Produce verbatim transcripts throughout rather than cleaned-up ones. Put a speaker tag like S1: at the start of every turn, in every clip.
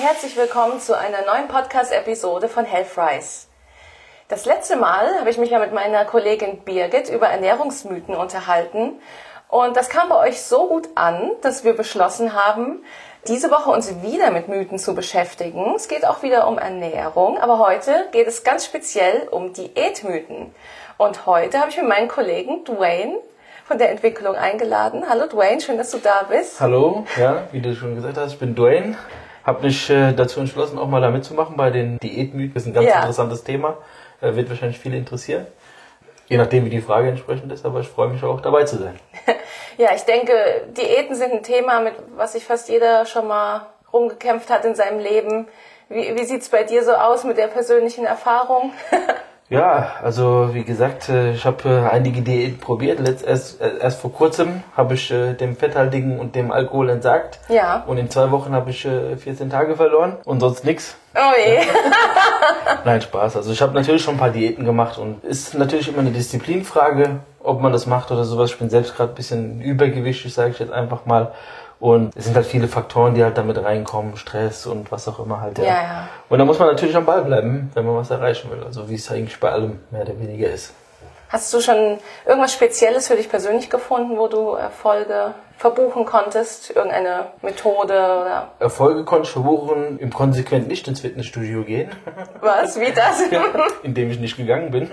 S1: herzlich willkommen zu einer neuen Podcast-Episode von Healthrise. Das letzte Mal habe ich mich ja mit meiner Kollegin Birgit über Ernährungsmythen unterhalten und das kam bei euch so gut an, dass wir beschlossen haben, diese Woche uns wieder mit Mythen zu beschäftigen. Es geht auch wieder um Ernährung, aber heute geht es ganz speziell um Diätmythen. Und heute habe ich mir meinen Kollegen Dwayne von der Entwicklung eingeladen. Hallo Dwayne, schön, dass du da bist.
S2: Hallo, ja, wie du schon gesagt hast, ich bin Dwayne. Habe mich äh, dazu entschlossen, auch mal da mitzumachen bei den Diätmythen. Das ist ein ganz
S1: ja.
S2: interessantes Thema, äh, wird wahrscheinlich viele interessieren. Je nachdem, wie die Frage entsprechend ist, aber ich freue mich auch, dabei zu sein.
S1: Ja, ich denke, Diäten sind ein Thema, mit was sich fast jeder schon mal rumgekämpft hat in seinem Leben. Wie, wie sieht's bei dir so aus mit der persönlichen Erfahrung?
S2: Ja, also wie gesagt, ich habe einige Diäten probiert. Letzt, erst, erst vor kurzem habe ich dem Fetthaltigen und dem Alkohol entsagt.
S1: Ja.
S2: Und in zwei Wochen habe ich vierzehn Tage verloren und sonst nix.
S1: Oh je.
S2: Nein, Spaß. Also ich habe natürlich schon ein paar Diäten gemacht und ist natürlich immer eine Disziplinfrage, ob man das macht oder sowas. Ich bin selbst gerade ein bisschen übergewichtig, sage ich jetzt einfach mal. Und es sind halt viele Faktoren, die halt damit reinkommen, Stress und was auch immer halt. Ja.
S1: Ja, ja.
S2: Und da muss man natürlich am Ball bleiben, wenn man was erreichen will. Also wie es eigentlich bei allem mehr oder weniger ist.
S1: Hast du schon irgendwas Spezielles für dich persönlich gefunden, wo du Erfolge verbuchen konntest? Irgendeine Methode oder?
S2: Erfolge konnte ich verbuchen, im konsequent nicht ins Fitnessstudio gehen.
S1: Was? Wie das?
S2: Ja, indem ich nicht gegangen bin.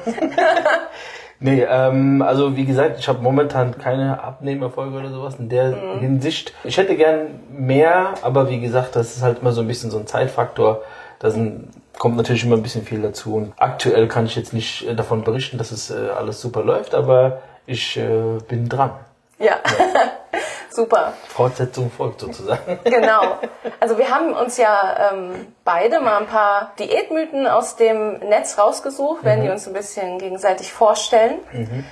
S2: Nee, ähm, also wie gesagt, ich habe momentan keine Abnehmerfolge oder sowas in der mhm. Hinsicht. Ich hätte gern mehr, aber wie gesagt, das ist halt immer so ein bisschen so ein Zeitfaktor. Da sind, kommt natürlich immer ein bisschen viel dazu. Und aktuell kann ich jetzt nicht äh, davon berichten, dass es äh, alles super läuft, aber ich äh, bin dran.
S1: Ja. ja. Super.
S2: Fortsetzung folgt sozusagen.
S1: Genau. Also wir haben uns ja ähm, beide mal ein paar Diätmythen aus dem Netz rausgesucht, werden mhm. die uns ein bisschen gegenseitig vorstellen. Mhm.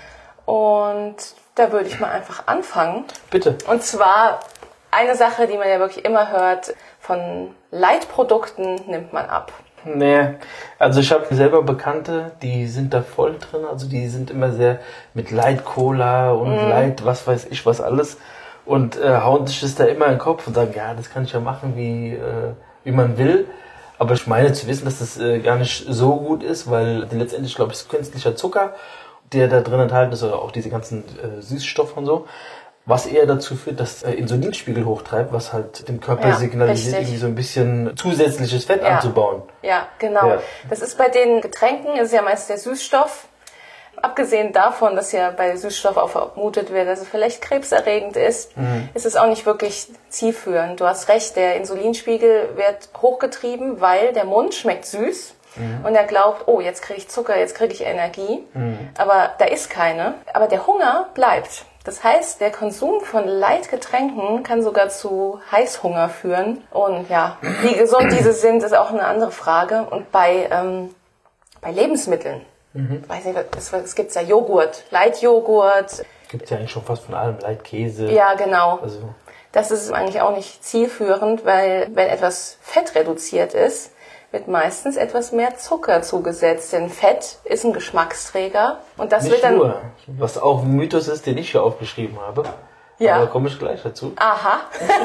S1: Und da würde ich mal einfach anfangen.
S2: Bitte.
S1: Und zwar eine Sache, die man ja wirklich immer hört, von Leitprodukten nimmt man ab.
S2: Nee, also ich habe selber Bekannte, die sind da voll drin, also die sind immer sehr mit Light Cola und mm. Light was weiß ich was alles und äh, hauen sich das da immer in den Kopf und sagen, ja, das kann ich ja machen, wie, äh, wie man will. Aber ich meine zu wissen, dass das äh, gar nicht so gut ist, weil letztendlich, glaube ich, ist künstlicher Zucker, der da drin enthalten ist, oder auch diese ganzen äh, Süßstoffe und so. Was eher dazu führt, dass äh, Insulinspiegel hochtreibt, was halt dem Körper ja, signalisiert, richtig. Irgendwie so ein bisschen zusätzliches Fett
S1: ja.
S2: anzubauen.
S1: Ja, genau. Ja. Das ist bei den Getränken, ist ja meist der Süßstoff. Abgesehen davon, dass ja bei Süßstoff auch vermutet wird, dass es vielleicht krebserregend ist, mhm. ist es auch nicht wirklich zielführend. Du hast recht, der Insulinspiegel wird hochgetrieben, weil der Mund schmeckt süß. Mhm. Und er glaubt, oh, jetzt kriege ich Zucker, jetzt kriege ich Energie. Mhm. Aber da ist keine. Aber der Hunger bleibt. Das heißt, der Konsum von Leitgetränken kann sogar zu Heißhunger führen. Und ja, wie gesund diese sind, ist auch eine andere Frage. Und bei, ähm, bei Lebensmitteln, mhm. weiß nicht, es, es gibt ja Joghurt, Leitjoghurt.
S2: Gibt es ja eigentlich schon fast von allem, Leitkäse.
S1: Ja, genau.
S2: Also.
S1: Das ist eigentlich auch nicht zielführend, weil wenn etwas fettreduziert ist, wird meistens etwas mehr Zucker zugesetzt, denn Fett ist ein Geschmacksträger und das
S2: Nicht
S1: wird dann
S2: nur, was auch ein Mythos ist, den ich hier aufgeschrieben habe. Ja. Aber da komme ich gleich dazu.
S1: Aha.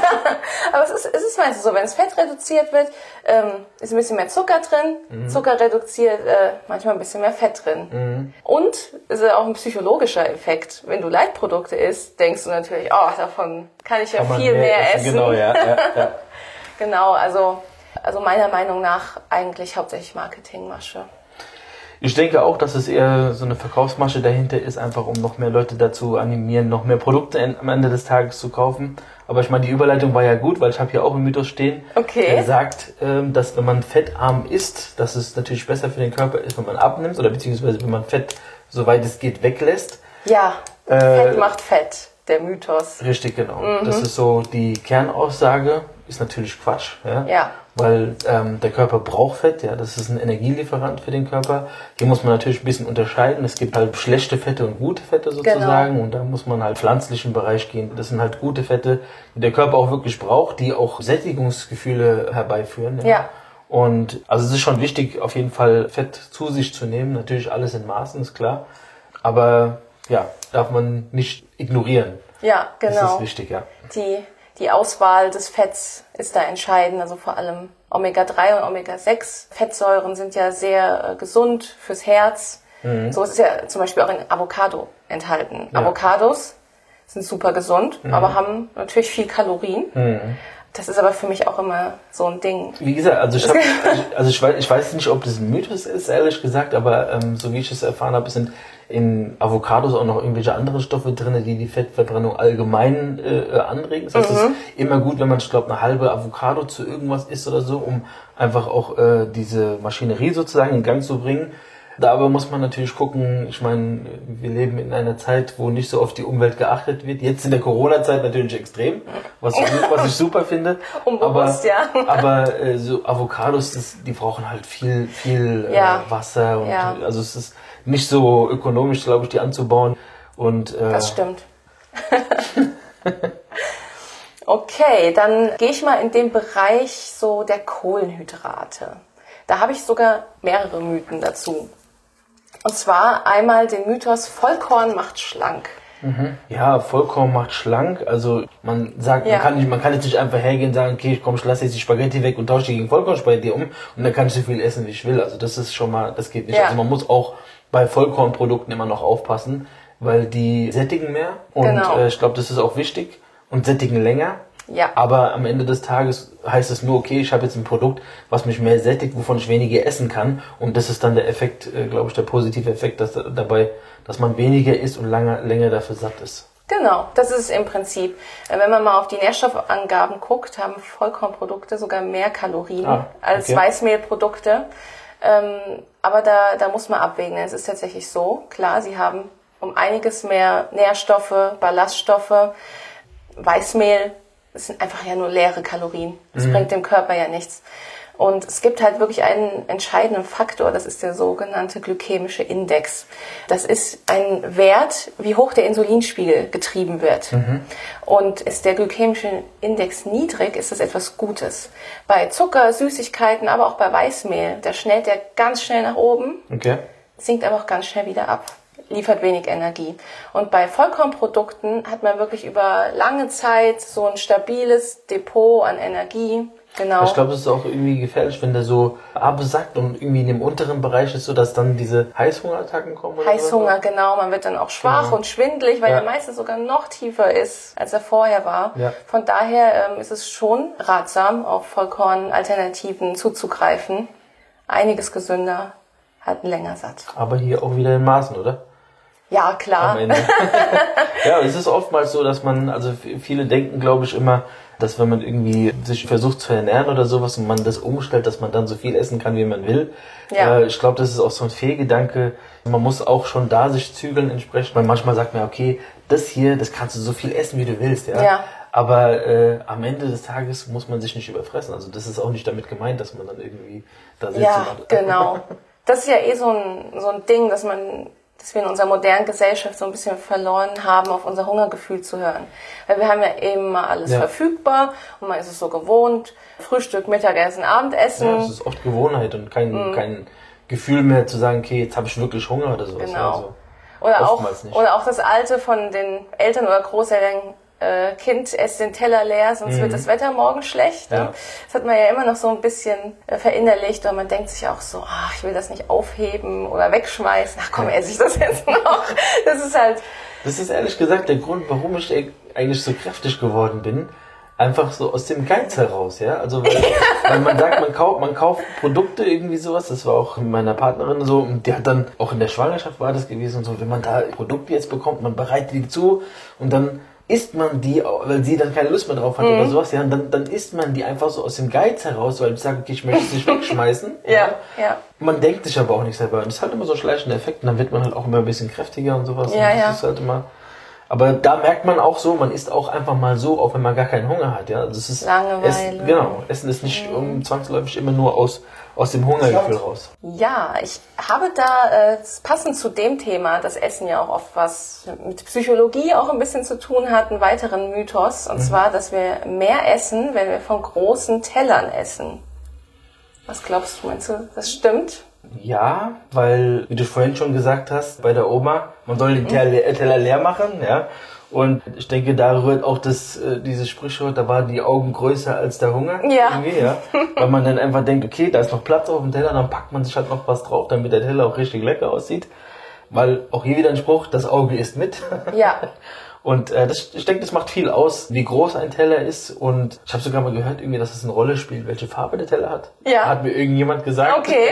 S1: Aber es ist, es ist meistens so, wenn es Fett reduziert wird, ähm, ist ein bisschen mehr Zucker drin, mhm. Zucker reduziert, äh, manchmal ein bisschen mehr Fett drin. Mhm. Und es ist auch ein psychologischer Effekt. Wenn du Leitprodukte isst, denkst du natürlich, oh, davon kann ich ja kann viel mehr, mehr essen.
S2: Genau, ja, ja, ja.
S1: Genau, also Also meiner Meinung nach eigentlich hauptsächlich Marketingmasche.
S2: Ich denke auch, dass es eher so eine Verkaufsmasche dahinter ist, einfach um noch mehr Leute dazu animieren, noch mehr Produkte am Ende des Tages zu kaufen. Aber ich meine, die Überleitung war ja gut, weil ich habe hier auch einen Mythos stehen,
S1: okay.
S2: der sagt, dass wenn man fettarm isst, dass es natürlich besser für den Körper ist, wenn man abnimmt oder beziehungsweise wenn man Fett, soweit es geht, weglässt.
S1: Ja, äh, Fett macht Fett, der Mythos.
S2: Richtig, genau. Mhm. Das ist so die Kernaussage, ist natürlich Quatsch. Ja.
S1: ja.
S2: Weil ähm, der Körper braucht Fett, ja, das ist ein Energielieferant für den Körper. Hier muss man natürlich ein bisschen unterscheiden. Es gibt halt schlechte Fette und gute Fette sozusagen. Genau. Und da muss man halt pflanzlichen Bereich gehen. Das sind halt gute Fette, die der Körper auch wirklich braucht, die auch Sättigungsgefühle herbeiführen. Ja.
S1: ja.
S2: Und also es ist schon wichtig, auf jeden Fall Fett zu sich zu nehmen. Natürlich alles in Maßen, ist klar. Aber ja, darf man nicht ignorieren.
S1: Ja, genau.
S2: Das ist wichtig, ja.
S1: Die Die Auswahl des Fetts ist da entscheidend, also vor allem Omega drei und Omega sechs Fettsäuren sind ja sehr äh, gesund fürs Herz. Mhm. So ist es ja zum Beispiel auch in Avocado enthalten. Ja. Avocados sind super gesund, mhm. aber haben natürlich viel Kalorien. Mhm. Das ist aber für mich auch immer so ein Ding.
S2: Wie gesagt, also ich, hab, also ich, weiß, ich weiß nicht, ob das ein Mythos ist, ehrlich gesagt, aber ähm, so wie ich es erfahren habe, sind in Avocados auch noch irgendwelche anderen Stoffe drin, die die Fettverbrennung allgemein äh, anregen. Das heißt, mhm. es ist immer gut, wenn man, ich glaube, eine halbe Avocado zu irgendwas isst oder so, um einfach auch äh, diese Maschinerie sozusagen in Gang zu bringen. Da aber muss man natürlich gucken, ich meine, wir leben in einer Zeit, wo nicht so auf die Umwelt geachtet wird. Jetzt in der Corona-Zeit natürlich extrem, was, was ich super finde.
S1: Unbewusst, ja.
S2: Aber äh, so Avocados, das, die brauchen halt viel, viel
S1: ja.
S2: äh, Wasser. Und
S1: ja.
S2: also es ist nicht so ökonomisch, glaube ich, die anzubauen. Und, äh,
S1: das stimmt. Okay, dann gehe ich mal in den Bereich so der Kohlenhydrate. Da habe ich sogar mehrere Mythen dazu. Und zwar einmal den Mythos, Vollkorn macht schlank.
S2: Mhm. Ja, Vollkorn macht schlank. Also man sagt, ja. man kann nicht, man kann jetzt nicht einfach hergehen und sagen, okay, ich komm, ich lasse jetzt die Spaghetti weg und tausche die gegen Vollkornspaghetti um und dann kann ich so viel essen, wie ich will. Also das ist schon mal, das geht nicht. Ja. Also man muss auch bei Vollkornprodukten immer noch aufpassen, weil die sättigen mehr und genau. äh, ich glaube, das ist auch wichtig und sättigen länger.
S1: Ja.
S2: Aber am Ende des Tages heißt es nur, okay, ich habe jetzt ein Produkt, was mich mehr sättigt, wovon ich weniger essen kann. Und das ist dann der Effekt, äh, glaube ich, der positive Effekt dass, dabei, dass man weniger isst und lange, länger dafür satt ist.
S1: Genau, das ist es im Prinzip. Wenn man mal auf die Nährstoffangaben guckt, haben Vollkornprodukte sogar mehr Kalorien ah, okay. als Weißmehlprodukte. Ähm, aber da, da muss man abwägen. Es ist tatsächlich so, klar, sie haben um einiges mehr Nährstoffe, Ballaststoffe, Weißmehl. Das sind einfach ja nur leere Kalorien. Das mhm. bringt dem Körper ja nichts. Und es gibt halt wirklich einen entscheidenden Faktor, das ist der sogenannte glykämische Index. Das ist ein Wert, wie hoch der Insulinspiegel getrieben wird. Mhm. Und ist der glykämische Index niedrig, ist das etwas Gutes. Bei Zucker, Süßigkeiten, aber auch bei Weißmehl, da schnellt der ganz schnell nach oben,
S2: okay.
S1: sinkt aber auch ganz schnell wieder ab. Liefert wenig Energie. Und bei Vollkornprodukten hat man wirklich über lange Zeit so ein stabiles Depot an Energie. Genau.
S2: Ich glaube, es ist auch irgendwie gefährlich, wenn der so absackt und irgendwie in dem unteren Bereich ist, so dass dann diese Heißhungerattacken kommen. Oder
S1: Heißhunger,
S2: so.
S1: Genau. Man wird dann auch schwach genau. und schwindelig, weil ja. er meistens sogar noch tiefer ist, als er vorher war.
S2: Ja.
S1: Von daher ähm, ist es schon ratsam, auf Vollkornalternativen zuzugreifen. Einiges gesünder, halten länger satt.
S2: Aber hier auch wieder in Maßen, oder?
S1: Ja, klar.
S2: Am Ende. Ja, es ist oftmals so, dass man, also viele denken, glaube ich, immer, dass wenn man irgendwie sich versucht zu ernähren oder sowas und man das umstellt, dass man dann so viel essen kann, wie man will.
S1: Ja.
S2: Äh, ich glaube, das ist auch so ein Fehlgedanke. Man muss auch schon da sich zügeln entsprechend, weil manchmal sagt man, okay, das hier, das kannst du so viel essen, wie du willst, ja.
S1: ja.
S2: Aber äh, am Ende des Tages muss man sich nicht überfressen. Also das ist auch nicht damit gemeint, dass man dann irgendwie da sitzt.
S1: Ja, und genau. Das ist ja eh so ein, so ein Ding, dass man dass wir in unserer modernen Gesellschaft so ein bisschen verloren haben, auf unser Hungergefühl zu hören. Weil wir haben ja eben mal alles ja. verfügbar und man ist es so gewohnt. Frühstück, Mittagessen, Abendessen.
S2: Ja, das ist oft Gewohnheit und kein, mhm. kein Gefühl mehr zu sagen, okay, jetzt habe ich wirklich Hunger oder sowas.
S1: Genau.
S2: Also,
S1: oder, auch, oder auch das Alte von den Eltern oder Großeltern, äh, Kind, ess den Teller leer, sonst mhm. wird das Wetter morgen schlecht.
S2: Ja.
S1: Ne? Das hat man ja immer noch so ein bisschen äh, verinnerlicht und man denkt sich auch so, ach, ich will das nicht aufheben oder wegschmeißen. Ach komm, ja. esse ich das jetzt noch. Das ist halt...
S2: Das ist ehrlich gesagt der Grund, warum ich eigentlich so kräftig geworden bin. Einfach so aus dem Geiz heraus, ja. Also weil, weil man sagt, man kauft, man kauft Produkte irgendwie sowas. Das war auch mit meiner Partnerin so und die hat dann auch in der Schwangerschaft war das gewesen und so. Wenn man da Produkte jetzt bekommt, man bereitet die zu und dann isst man die, weil sie dann keine Lust mehr drauf hat mhm. oder sowas, ja, und dann, dann isst man die einfach so aus dem Geiz heraus, weil ich sage, okay, ich möchte es nicht wegschmeißen.
S1: ja, ja, ja.
S2: Man denkt sich aber auch nicht selber. Und das ist halt immer so ein schleichender Effekt und dann wird man halt auch immer ein bisschen kräftiger und sowas.
S1: Ja,
S2: und das
S1: ja.
S2: ist halt immer. Aber da merkt man auch so, man isst auch einfach mal so, auch wenn man gar keinen Hunger hat, ja. Also es ist
S1: Langeweile.
S2: Essen, genau, Essen ist nicht mhm. zwangsläufig immer nur aus aus dem Hungergefühl raus.
S1: Ja, ich habe da, äh, passend zu dem Thema, dass Essen ja auch oft was mit Psychologie auch ein bisschen zu tun hat, einen weiteren Mythos. Und mhm. zwar, dass wir mehr essen, wenn wir von großen Tellern essen. Was glaubst du, meinst du, das stimmt?
S2: Ja, weil, wie du vorhin schon gesagt hast, bei der Oma, man soll den Teller, Teller leer machen, ja. Und ich denke, da rührt auch das, äh, dieses Sprichwort, da waren die Augen größer als der Hunger.
S1: Ja.
S2: Irgendwie, ja. Weil man dann einfach denkt, okay, da ist noch Platz auf dem Teller, dann packt man sich halt noch was drauf, damit der Teller auch richtig lecker aussieht. Weil auch hier wieder ein Spruch, das Auge isst mit.
S1: Ja.
S2: Und äh, das, ich denke, das macht viel aus, wie groß ein Teller ist. Und ich habe sogar mal gehört, irgendwie, dass es eine Rolle spielt, welche Farbe der Teller hat.
S1: Ja.
S2: Hat mir irgendjemand gesagt.
S1: Okay.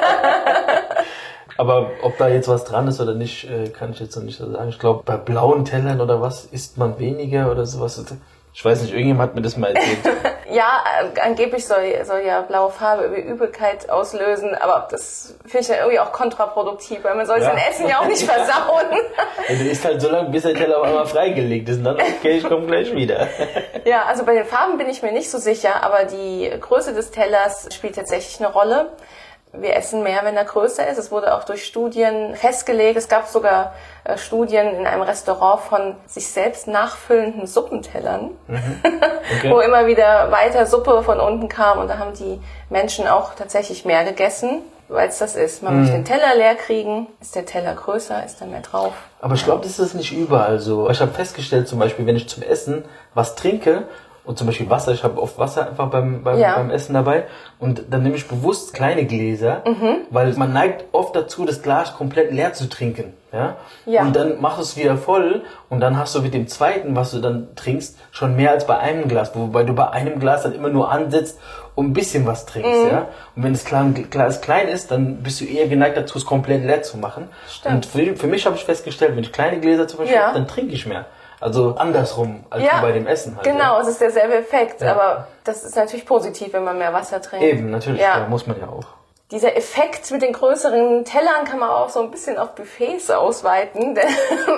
S2: Aber ob da jetzt was dran ist oder nicht, kann ich jetzt noch nicht so sagen. Ich glaube, bei blauen Tellern oder was isst man weniger oder sowas. Ich weiß nicht, irgendjemand hat mir das mal erzählt.
S1: Ja, angeblich soll, soll ja blaue Farbe Übelkeit auslösen, aber das finde ich ja irgendwie auch kontraproduktiv, weil man soll ja. sein Essen ja auch nicht versauen.
S2: Ja, du isst halt so lange, bis der Teller auf einmal freigelegt ist und dann, okay, ich komme gleich wieder.
S1: Ja, also bei den Farben bin ich mir nicht so sicher, aber die Größe des Tellers spielt tatsächlich eine Rolle. Wir essen mehr, wenn er größer ist. Es wurde auch durch Studien festgelegt. Es gab sogar äh, Studien in einem Restaurant von sich selbst nachfüllenden Suppentellern, mhm. Okay. Wo immer wieder weiter Suppe von unten kam. Und da haben die Menschen auch tatsächlich mehr gegessen, weil es das ist. Man mhm. muss den Teller leer kriegen. Ist der Teller größer, ist da mehr drauf.
S2: Aber ich glaube, das ist nicht überall so. Ich habe festgestellt, zum Beispiel, wenn ich zum Essen was trinke, und zum Beispiel Wasser, ich habe oft Wasser einfach beim, beim, ja. beim Essen dabei und dann nehme ich bewusst kleine Gläser, mhm. weil man neigt oft dazu, das Glas komplett leer zu trinken. Ja? Ja. Und dann machst du es wieder voll und dann hast du mit dem zweiten, was du dann trinkst, schon mehr als bei einem Glas, wobei du bei einem Glas dann immer nur ansetzt und ein bisschen was trinkst. Mhm. Ja? Und wenn das Glas klein ist, dann bist du eher geneigt dazu, es komplett leer zu machen. Stimmt. Und für, für mich habe ich festgestellt, wenn ich kleine Gläser zum Beispiel ja. habe, dann trinke ich mehr. Also andersrum als ja, bei dem Essen halt.
S1: Genau,
S2: ja.
S1: es ist derselbe Effekt, ja. aber das ist natürlich positiv, wenn man mehr Wasser trinkt.
S2: Eben, natürlich, ja. Ja, muss man ja auch.
S1: Dieser Effekt mit den größeren Tellern kann man auch so ein bisschen auf Buffets ausweiten, denn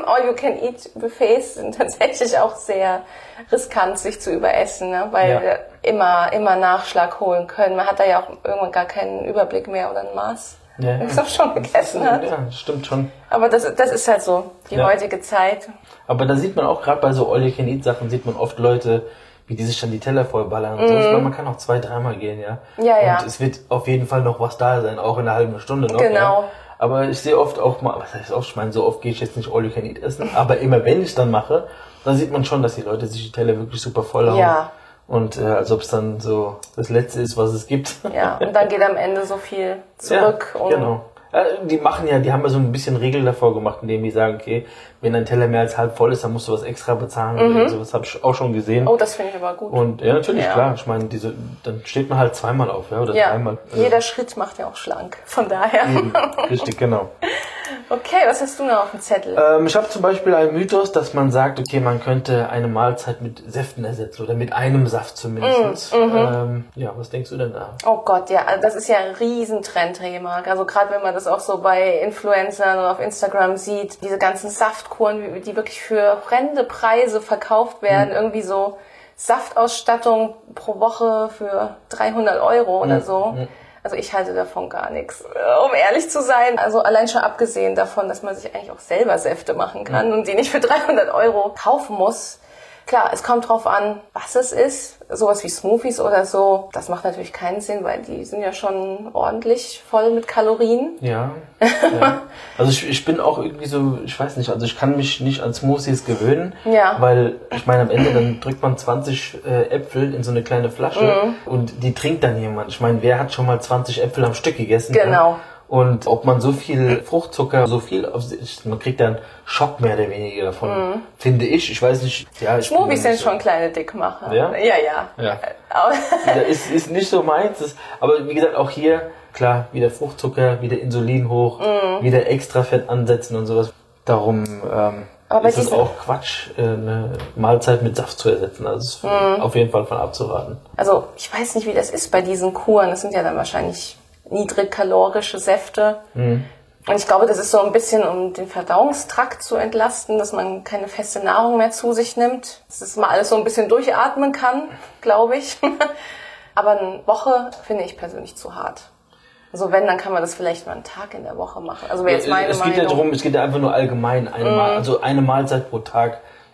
S1: All-You-Can-Eat-Buffets sind tatsächlich auch sehr riskant, sich zu überessen, ne? Weil ja. wir immer, immer Nachschlag holen können. Man hat da ja auch irgendwann gar keinen Überblick mehr oder ein Maß. Ja, ja. Was man schon gegessen
S2: ist,
S1: hat.
S2: Ja, stimmt schon.
S1: Aber das, das ist halt so, die ja. heutige Zeit.
S2: Aber da sieht man auch, gerade bei so All-You-Can-Eat-Sachen, sieht man oft Leute, wie die sich dann die Teller vollballern und mm. so. Ich glaube, man kann auch zwei, dreimal gehen, ja.
S1: Ja,
S2: und
S1: ja.
S2: es wird auf jeden Fall noch was da sein, auch in einer halben Stunde noch.
S1: Genau.
S2: Ja. Aber ich sehe oft auch mal, was heißt oft, ich meine, so oft gehe ich jetzt nicht All-You-Can-Eat essen, aber immer wenn ich es dann mache, dann sieht man schon, dass die Leute sich die Teller wirklich super voll hauen.
S1: Ja.
S2: Und äh, als ob es dann so das Letzte ist, was es gibt.
S1: Ja, und dann geht am Ende so viel zurück.
S2: Ja,
S1: und
S2: genau. Die machen ja, die haben ja so ein bisschen Regel davor gemacht, indem die sagen, okay, wenn ein Teller mehr als halb voll ist, dann musst du was extra bezahlen. Mhm. So was habe ich auch schon gesehen.
S1: Oh, das finde ich aber gut.
S2: Und ja, natürlich, ja. klar. Ich meine, diese, dann steht man halt zweimal auf, ja, oder
S1: ja.
S2: dreimal.
S1: Jeder Schritt macht ja auch schlank. Von daher.
S2: Eben. Richtig, genau.
S1: Okay, was hast du noch auf dem Zettel?
S2: Ähm, ich habe zum Beispiel einen Mythos, dass man sagt, okay, man könnte eine Mahlzeit mit Säften ersetzen oder mit einem Saft zumindest. Mm, mhm. ähm, ja, was denkst du denn da?
S1: Oh Gott, ja, also das ist ja ein Riesentrend, Remark. Also gerade wenn man das auch so bei Influencern oder auf Instagram sieht, diese ganzen Saftkuren, die wirklich für horrende Preise verkauft werden, mm. irgendwie so Saftausstattung pro Woche für dreihundert Euro oder mm. so. Mm. Also ich halte davon gar nichts, um ehrlich zu sein. Also allein schon abgesehen davon, dass man sich eigentlich auch selber Säfte machen kann mhm. und die nicht für dreihundert Euro kaufen muss. Klar, es kommt drauf an, was es ist. Sowas wie Smoothies oder so, das macht natürlich keinen Sinn, weil die sind ja schon ordentlich voll mit Kalorien.
S2: Ja. ja. Also ich, ich bin auch irgendwie so, ich weiß nicht, also ich kann mich nicht an Smoothies gewöhnen,
S1: ja.
S2: weil ich meine, am Ende dann drückt man zwanzig äh, Äpfel in so eine kleine Flasche mhm. und die trinkt dann jemand. Ich meine, wer hat schon mal zwanzig Äpfel am Stück gegessen?
S1: Genau.
S2: Ja? Und ob man so viel Fruchtzucker, so viel, man kriegt dann Schock mehr oder weniger davon, mm. finde ich. Ich weiß nicht. Ja, ich
S1: Smoothies sind so. schon kleine Dickmacher.
S2: Ja?
S1: Ja, ja.
S2: ja. ja ist, ist nicht so meins. Das, aber wie gesagt, auch hier, klar, wieder Fruchtzucker, wieder Insulin hoch, mm. wieder extra Fett ansetzen und sowas. Darum ähm, aber ist es auch Quatsch, eine Mahlzeit mit Saft zu ersetzen. Also ist mm. auf jeden Fall von abzuraten.
S1: Also ich weiß nicht, wie das ist bei diesen Kuren. Das sind ja dann wahrscheinlich niedrigkalorische Säfte. Mhm. Und ich glaube, das ist so ein bisschen, um den Verdauungstrakt zu entlasten, dass man keine feste Nahrung mehr zu sich nimmt. Dass das mal alles so ein bisschen durchatmen kann, glaube ich. Aber eine Woche finde ich persönlich zu hart. Also wenn, dann kann man das vielleicht mal einen Tag in der Woche machen. Also wäre jetzt meine
S2: es
S1: Meinung.
S2: geht ja darum, es geht ja einfach nur allgemein. Eine, mm. Mal, also eine Mahlzeit pro Tag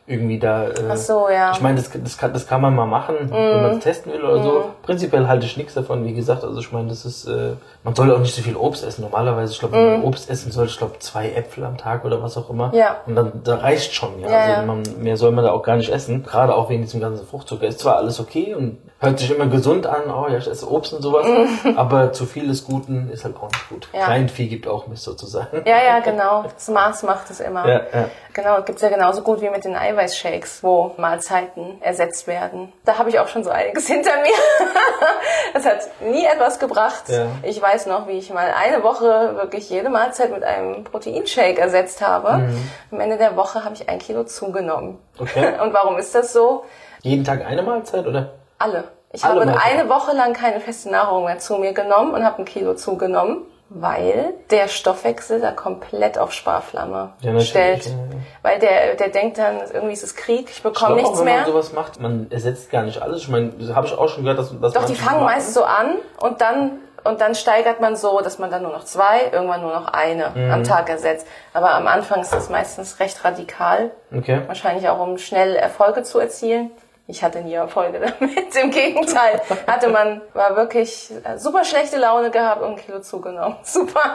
S2: irgendwie da... Äh,
S1: Ach so, ja.
S2: Ich meine, das, das, kann, das kann man mal machen, mm. wenn man es testen will oder mm. so. Prinzipiell halte ich nichts davon, wie gesagt. Also ich meine, das ist... Äh, man soll auch nicht so viel Obst essen. Normalerweise, ich glaube, wenn man mm. Obst essen soll, ich glaube, zwei Äpfel am Tag oder was auch immer.
S1: Ja.
S2: Und dann da reicht schon, ja.
S1: ja
S2: also
S1: ja.
S2: Man, mehr soll man da auch gar nicht essen. Gerade auch wegen diesem ganzen Fruchtzucker. Ist zwar alles okay und hört sich immer gesund an, oh ja, ich esse Obst und sowas, mm. aber zu viel des Guten ist halt auch nicht gut. Ja. Kleinvieh gibt auch Mist sozusagen.
S1: Ja, ja, genau. Das Maß macht es immer.
S2: Ja, ja.
S1: Genau, gibt's ja genauso gut wie mit den Eiweißshakes, wo Mahlzeiten ersetzt werden. Da habe ich auch schon so einiges hinter mir. Das hat nie etwas gebracht. Ja. Ich weiß noch, wie ich mal eine Woche wirklich jede Mahlzeit mit einem Proteinshake ersetzt habe. Mhm. Am Ende der Woche habe ich ein Kilo zugenommen. Okay. Und warum ist das so?
S2: Jeden Tag eine Mahlzeit, oder?
S1: Alle. Ich Alle habe Mahlzeit. eine Woche lang keine feste Nahrung mehr zu mir genommen und habe ein Kilo zugenommen, weil der Stoffwechsel da komplett auf Sparflamme ja, stellt. Ja, ja. Weil der, der denkt dann, irgendwie ist es Krieg, ich bekomme nichts auch, wenn mehr. Wenn
S2: man sowas macht, man ersetzt gar nicht alles. Ich meine, das habe ich auch schon gehört, dass, dass
S1: Doch, die fangen meist so an und dann, und dann steigert man so, dass man dann nur noch zwei, irgendwann nur noch eine mhm. am Tag ersetzt. Aber am Anfang ist das meistens recht radikal.
S2: Okay.
S1: Wahrscheinlich auch, um schnell Erfolge zu erzielen. Ich hatte nie Erfolge damit. Im Gegenteil, hatte man, war wirklich super schlechte Laune gehabt und ein Kilo zugenommen. Super.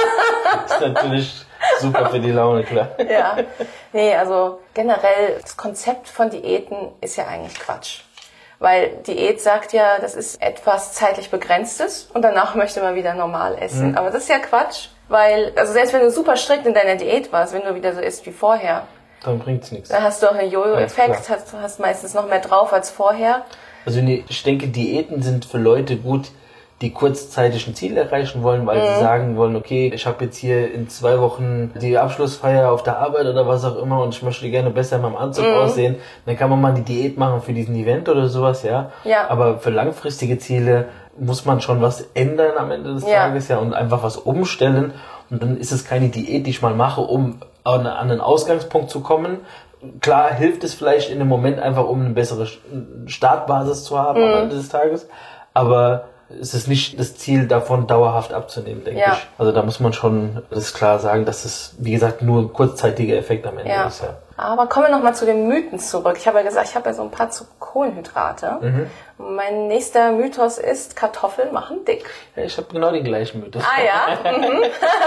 S2: Das ist natürlich super für die Laune, klar.
S1: Ja. Nee, also generell, das Konzept von Diäten ist ja eigentlich Quatsch. Weil Diät sagt ja, das ist etwas zeitlich Begrenztes und danach möchte man wieder normal essen. Mhm. Aber das ist ja Quatsch, weil, also selbst wenn du super strikt in deiner Diät warst, wenn du wieder so isst wie vorher,
S2: dann bringt's nichts.
S1: Dann hast du auch einen Jojo-Effekt, hast, hast meistens noch mehr drauf als vorher.
S2: Also ich denke, Diäten sind für Leute gut, die kurzzeitig ein Ziel erreichen wollen, weil mhm. sie sagen wollen, okay, ich habe jetzt hier in zwei Wochen die Abschlussfeier auf der Arbeit oder was auch immer und ich möchte gerne besser in meinem Anzug mhm. aussehen. Dann kann man mal die Diät machen für diesen Event oder sowas, ja.
S1: ja.
S2: Aber für langfristige Ziele muss man schon was ändern am Ende des ja. Tages, ja, und einfach was umstellen. Und dann ist es keine Diät, die ich mal mache, um an einen Ausgangspunkt zu kommen. Klar hilft es vielleicht in dem Moment einfach, um eine bessere Startbasis zu haben mhm. am Ende des Tages, aber es ist nicht das Ziel, davon dauerhaft abzunehmen, denke ja. ich. Also da muss man schon, das ist klar sagen, dass es, wie gesagt, nur ein kurzzeitiger Effekt am Ende
S1: ja.
S2: ist. Ja.
S1: Aber kommen wir nochmal zu den Mythen zurück. Ich habe ja gesagt, ich habe ja so ein paar zu Kohlenhydrate. Mhm. Mein nächster Mythos ist, Kartoffeln machen dick.
S2: Ja, ich habe genau den gleichen Mythos.
S1: Ah ja? Mhm.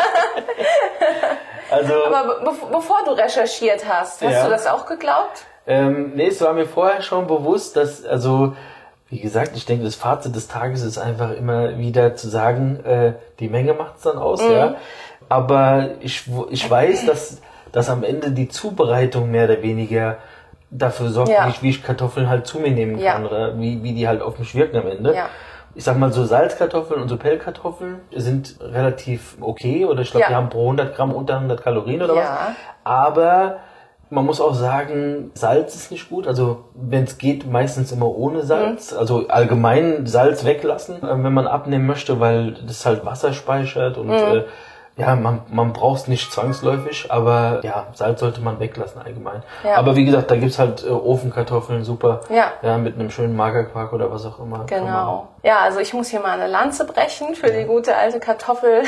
S2: Also,
S1: aber be bevor du recherchiert hast, hast ja. du das auch geglaubt?
S2: Ähm, nee, es war mir vorher schon bewusst, dass, also, wie gesagt, ich denke, das Fazit des Tages ist einfach immer wieder zu sagen, äh, die Menge macht's dann aus, mhm. ja. Aber ich, ich weiß, dass, dass am Ende die Zubereitung mehr oder weniger dafür sorgt, ja. wie, ich, wie ich Kartoffeln halt zu mir nehmen kann ja. oder wie, wie die halt auf mich wirken am Ende. Ja. Ich sag mal, so Salzkartoffeln und so Pellkartoffeln sind relativ okay, oder ich glaube, ja. die haben pro hundert Gramm unter hundert Kalorien oder ja. was. Aber man muss auch sagen, Salz ist nicht gut. Also wenn es geht, meistens immer ohne Salz. Mhm. Also allgemein Salz weglassen, wenn man abnehmen möchte, weil das halt Wasser speichert und mhm. äh, ja, man, man braucht es nicht zwangsläufig, aber ja, Salz sollte man weglassen allgemein. Ja. Aber wie gesagt, da gibt's halt äh, Ofenkartoffeln, super. Ja. Ja, mit einem schönen Magerquark oder was auch immer.
S1: Genau. Ja, also ich muss hier mal eine Lanze brechen für ja. die gute alte Kartoffel.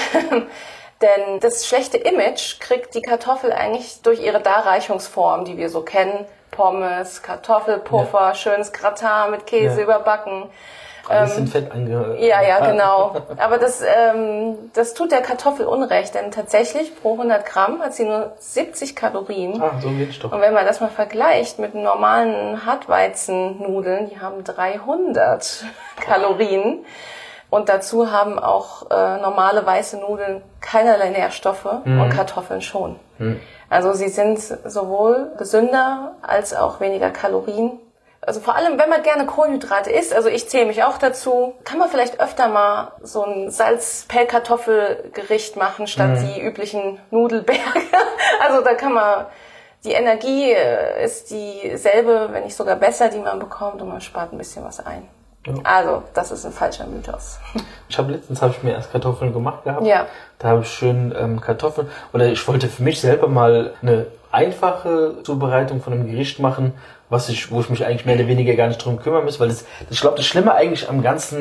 S1: Denn das schlechte Image kriegt die Kartoffel eigentlich durch ihre Darreichungsform, die wir so kennen. Pommes, Kartoffelpuffer, ja. schönes Gratin mit Käse ja. überbacken.
S2: Alles in Fett angehört.
S1: Ja, ja, genau. Aber das, ähm, das tut der Kartoffel Unrecht, denn tatsächlich pro hundert Gramm hat sie nur siebzig Kalorien.
S2: Ah, so wenig doch.
S1: Und wenn man das mal vergleicht mit normalen Hartweizennudeln, die haben dreihundert Kalorien. Und dazu haben auch äh, normale weiße Nudeln keinerlei Nährstoffe mhm. und Kartoffeln schon. Mhm. Also sie sind sowohl gesünder als auch weniger Kalorien. Also vor allem, wenn man gerne Kohlenhydrate isst, also ich zähle mich auch dazu, kann man vielleicht öfter mal so ein Salz-Pellkartoffel-Gericht machen, statt mhm. die üblichen Nudelberge. Also da kann man, die Energie ist dieselbe, wenn nicht sogar besser, die man bekommt, und man spart ein bisschen was ein. Ja. Also, das ist ein falscher Mythos.
S2: Ich habe letztens habe ich mir erst Kartoffeln gemacht gehabt.
S1: Ja.
S2: Da habe ich schön ähm, Kartoffeln, oder ich wollte für mich selber mal eine einfache Zubereitung von einem Gericht machen, was ich, wo ich mich eigentlich mehr oder weniger gar nicht drum kümmern muss, weil das, das ich glaube, das Schlimme eigentlich am ganzen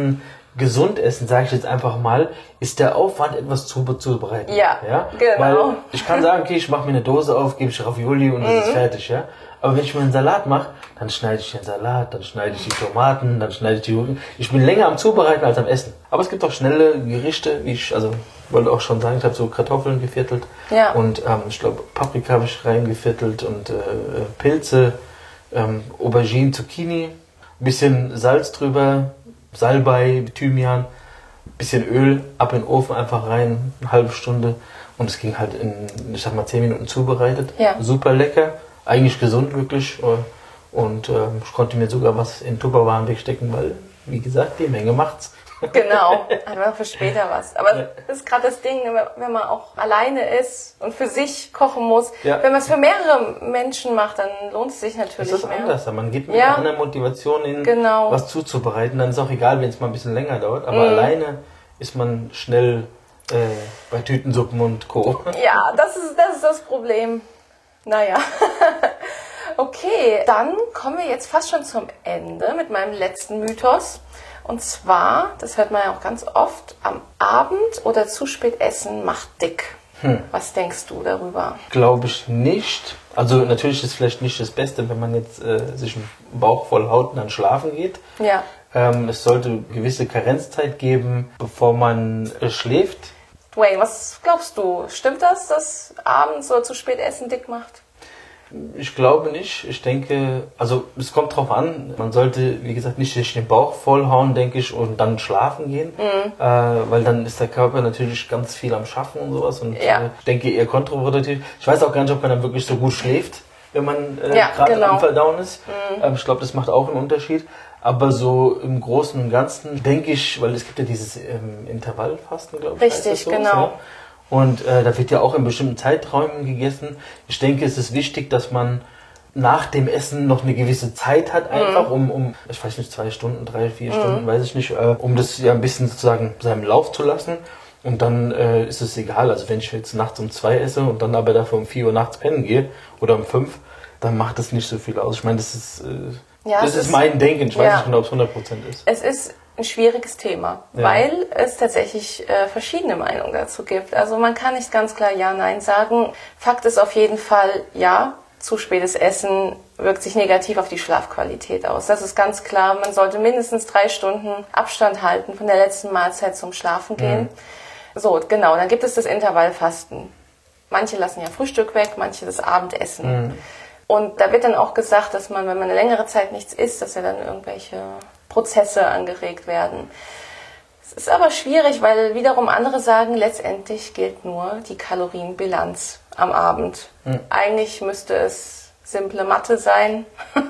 S2: gesund essen, sage ich jetzt einfach mal, ist der Aufwand, etwas zu zuzubereiten.
S1: Ja,
S2: ja,
S1: genau.
S2: Weil ich kann sagen, okay, ich mache mir eine Dose auf, gebe ich Ravioli und das mhm. ist fertig, ja. Aber wenn ich mir einen Salat mache, dann schneide ich den Salat, dann schneide ich die Tomaten, dann schneide ich die Gurken. Ich bin länger am Zubereiten als am Essen. Aber es gibt auch schnelle Gerichte, wie ich, also wollte auch schon sagen, ich habe so Kartoffeln geviertelt
S1: ja.
S2: und ähm, ich glaube Paprika habe ich reingeviertelt und äh, Pilze, ähm, Aubergine, Zucchini, ein bisschen Salz drüber, Salbei, Thymian, bisschen Öl, ab in den Ofen einfach rein, eine halbe Stunde und es ging halt in, ich sag mal, zehn Minuten zubereitet.
S1: Ja.
S2: Super lecker. Eigentlich gesund, wirklich. Und äh, ich konnte mir sogar was in Tupperwaren wegstecken, weil, wie gesagt, die Menge macht's.
S1: Genau, einfach für später was. Aber ja. das ist gerade das Ding, wenn man auch alleine ist und für sich kochen muss. Ja. Wenn man es für mehrere Menschen macht, dann lohnt es sich natürlich
S2: das ist
S1: mehr.
S2: anders. Man gibt mit
S1: ja.
S2: einer Motivation hin,
S1: genau.
S2: was zuzubereiten. Dann ist auch egal, wenn es mal ein bisschen länger dauert. Aber mhm. alleine ist man schnell äh, bei Tütensuppen und Co.
S1: Ja, das ist das, ist das Problem. Naja, okay, dann kommen wir jetzt fast schon zum Ende mit meinem letzten Mythos. Und zwar, das hört man ja auch ganz oft, am Abend oder zu spät essen macht dick. Hm. Was denkst du darüber?
S2: Glaube ich nicht. Also natürlich ist es vielleicht nicht das Beste, wenn man jetzt äh, sich einen Bauch voll haut und dann schlafen geht. Ja. Ähm, es sollte eine gewisse Karenzzeit geben, bevor man äh, schläft.
S1: Dwayne, was glaubst du? Stimmt das, dass abends oder zu spät Essen dick macht?
S2: Ich glaube nicht. Ich denke, also es kommt drauf an. Man sollte, wie gesagt, nicht sich den Bauch vollhauen, denke ich, und dann schlafen gehen. Mhm. Äh, weil dann ist der Körper natürlich ganz viel am Schaffen und sowas. Und ja. äh, ich denke eher kontraproduktiv. Ich weiß auch gar nicht, ob man dann wirklich so gut schläft, wenn man äh, ja, gerade genau. am Verdauen ist. Mhm. Ähm, ich glaube, das macht auch einen Unterschied. Aber so im Großen und Ganzen denke ich, weil es gibt ja dieses ähm, Intervallfasten, glaube ich.
S1: Richtig, so, genau.
S2: Ja. Und äh, da wird ja auch in bestimmten Zeiträumen gegessen. Ich denke, es ist wichtig, dass man nach dem Essen noch eine gewisse Zeit hat, einfach mm. um, um, ich weiß nicht, zwei Stunden, drei, vier mm. Stunden, weiß ich nicht, äh, um das ja ein bisschen sozusagen seinem Lauf zu lassen. Und dann äh, ist es egal. Also wenn ich jetzt nachts um zwei esse und dann aber dafür um vier Uhr nachts pennen gehe oder um fünf, dann macht das nicht so viel aus. Ich meine, das ist, äh, ja, das ist, ist mein Denken. Ich weiß ja. nicht genau, ob es hundert Prozent ist.
S1: Es ist ein schwieriges Thema, ja. weil es tatsächlich äh, verschiedene Meinungen dazu gibt. Also man kann nicht ganz klar Ja, Nein sagen. Fakt ist auf jeden Fall, ja, zu spätes Essen wirkt sich negativ auf die Schlafqualität aus. Das ist ganz klar. Man sollte mindestens drei Stunden Abstand halten von der letzten Mahlzeit zum Schlafen gehen. Mhm. So, genau. Dann gibt es das Intervallfasten. Manche lassen ja Frühstück weg, manche das Abendessen. Mhm. Und da wird dann auch gesagt, dass man, wenn man eine längere Zeit nichts isst, dass ja dann irgendwelche Prozesse angeregt werden. Es ist aber schwierig, weil wiederum andere sagen, letztendlich gilt nur die Kalorienbilanz am Abend. Mhm. Eigentlich müsste es simple Mathe sein,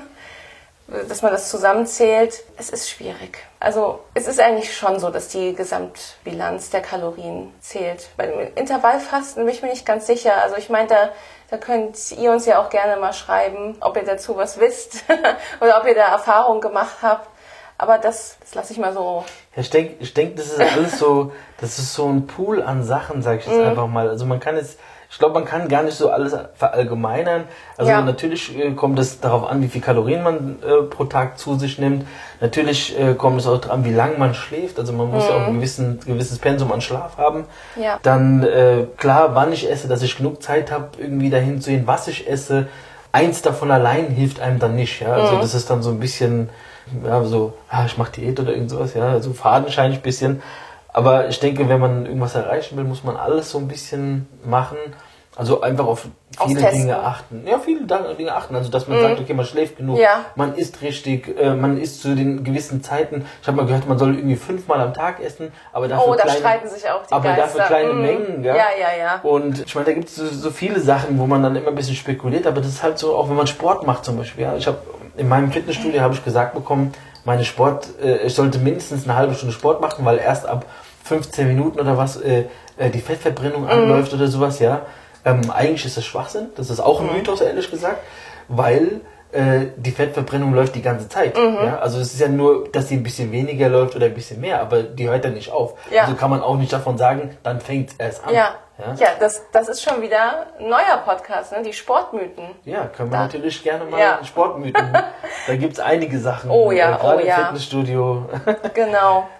S1: dass man das zusammenzählt. Es ist schwierig. Also es ist eigentlich schon so, dass die Gesamtbilanz der Kalorien zählt. Beim Intervallfasten bin ich mir nicht ganz sicher. Also ich meine, da, da könnt ihr uns ja auch gerne mal schreiben, ob ihr dazu was wisst oder ob ihr da Erfahrungen gemacht habt. Aber das, das lasse ich mal so.
S2: Ja, ich denke, ich denk, das ist alles so, das ist so ein Pool an Sachen, sage ich jetzt mm. einfach mal. Also man kann jetzt, ich glaube, man kann gar nicht so alles verallgemeinern. Also ja. natürlich äh, kommt es darauf an, wie viel Kalorien man äh, pro Tag zu sich nimmt. Natürlich äh, kommt es auch dran, wie lange man schläft. Also man muss mm. ja auch ein gewissen, gewisses Pensum an Schlaf haben. Ja. Dann äh, klar, wann ich esse, dass ich genug Zeit habe, irgendwie dahin zu gehen, was ich esse. Eins davon allein hilft einem dann nicht. Ja? Also mm. das ist dann so ein bisschen, ja, so, ah, ich mache Diät oder irgend sowas, ja, so fadenscheinig ein bisschen. Aber ich denke, wenn man irgendwas erreichen will, muss man alles so ein bisschen machen. Also einfach auf viele Dinge achten. Ja, viele Dinge achten. Also dass man mhm. sagt, okay, man schläft genug, ja. man isst richtig, äh, man isst zu den gewissen Zeiten. Ich habe mal gehört, man soll irgendwie fünfmal am Tag essen, aber dafür
S1: oh, da
S2: kleine,
S1: streiten sich auch die
S2: aber
S1: Geister.
S2: dafür kleine
S1: mhm.
S2: Mengen. Ja?
S1: ja, ja, ja.
S2: Und ich meine, da gibt es so, so viele Sachen, wo man dann immer ein bisschen spekuliert. Aber das ist halt so, auch wenn man Sport macht zum Beispiel. Ja? Ich habe in meinem Fitnessstudio habe ich gesagt bekommen, meine Sport, äh, ich sollte mindestens eine halbe Stunde Sport machen, weil erst ab fünfzehn Minuten oder was äh, äh, die Fettverbrennung mm. anläuft oder sowas, ja. Ähm, eigentlich ist das Schwachsinn, das ist auch ein mm. Mythos, ehrlich gesagt, weil äh, die Fettverbrennung läuft die ganze Zeit. Mm -hmm. Ja? Also es ist ja nur, dass die ein bisschen weniger läuft oder ein bisschen mehr, aber die hört dann nicht auf. Ja. Also kann man auch nicht davon sagen, dann fängt es erst an.
S1: Ja, ja? ja das, das ist schon wieder ein neuer Podcast, ne? Die Sportmythen.
S2: Ja, können wir
S1: da.
S2: natürlich gerne mal
S1: ja.
S2: Sportmythen. Da gibt es einige Sachen,
S1: oh ja,
S2: äh, gerade
S1: oh
S2: im
S1: ja.
S2: Fitnessstudio.
S1: Genau.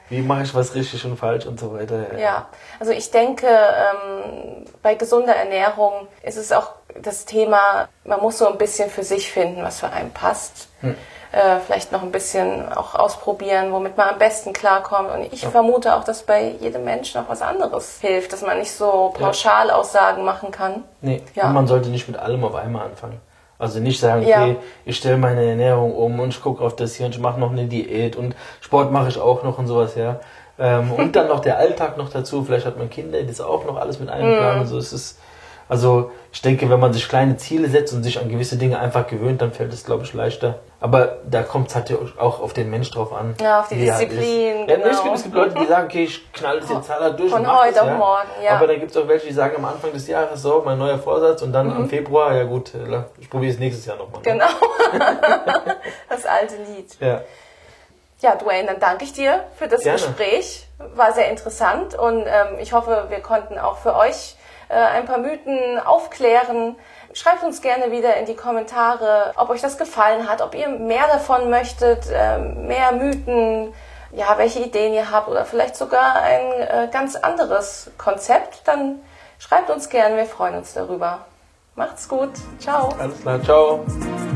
S2: Wie mache ich was richtig und falsch und so weiter.
S1: Ja, ja. Also ich denke, ähm, bei gesunder Ernährung ist es auch das Thema, man muss so ein bisschen für sich finden, was für einen passt. Hm. Äh, vielleicht noch ein bisschen auch ausprobieren, womit man am besten klarkommt. Und ich ja. vermute auch, dass bei jedem Menschen auch was anderes hilft, dass man nicht so Pauschalaussagen machen kann.
S2: Nee,
S1: ja.
S2: und man sollte nicht mit allem auf einmal anfangen. Also nicht sagen, okay,
S1: ja.
S2: ich stelle meine Ernährung um und ich gucke auf das hier und ich mache noch eine Diät und Sport mache ich auch noch und sowas, ja. Ähm, und dann noch der Alltag noch dazu, vielleicht hat man Kinder, die das auch noch alles mit einplanen. Mm. So, es ist, also ich denke, wenn man sich kleine Ziele setzt und sich an gewisse Dinge einfach gewöhnt, dann fällt es, glaube ich, leichter. Aber da kommt es halt auch auf den Mensch drauf an.
S1: Ja, auf die Disziplin,
S2: halt genau. Ja, es gibt Leute, die sagen, okay, ich knall das jetzt halt durch
S1: Von
S2: und mach
S1: heute
S2: das,
S1: auf
S2: ja.
S1: morgen, ja.
S2: Aber dann gibt es auch welche, die sagen am Anfang des Jahres, so, mein neuer Vorsatz und dann mhm. am Februar, ja gut, ich probiere es nächstes Jahr nochmal.
S1: Genau, das alte Lied.
S2: Ja.
S1: Ja, Dwayne, dann danke ich dir für das
S2: Gerne.
S1: Gespräch. War sehr interessant und ähm, ich hoffe, wir konnten auch für euch äh, ein paar Mythen aufklären. Schreibt uns gerne wieder in die Kommentare, ob euch das gefallen hat, ob ihr mehr davon möchtet, äh, mehr Mythen, ja, welche Ideen ihr habt oder vielleicht sogar ein äh, ganz anderes Konzept. Dann schreibt uns gerne, wir freuen uns darüber. Macht's gut. Ciao.
S2: Alles klar, ciao.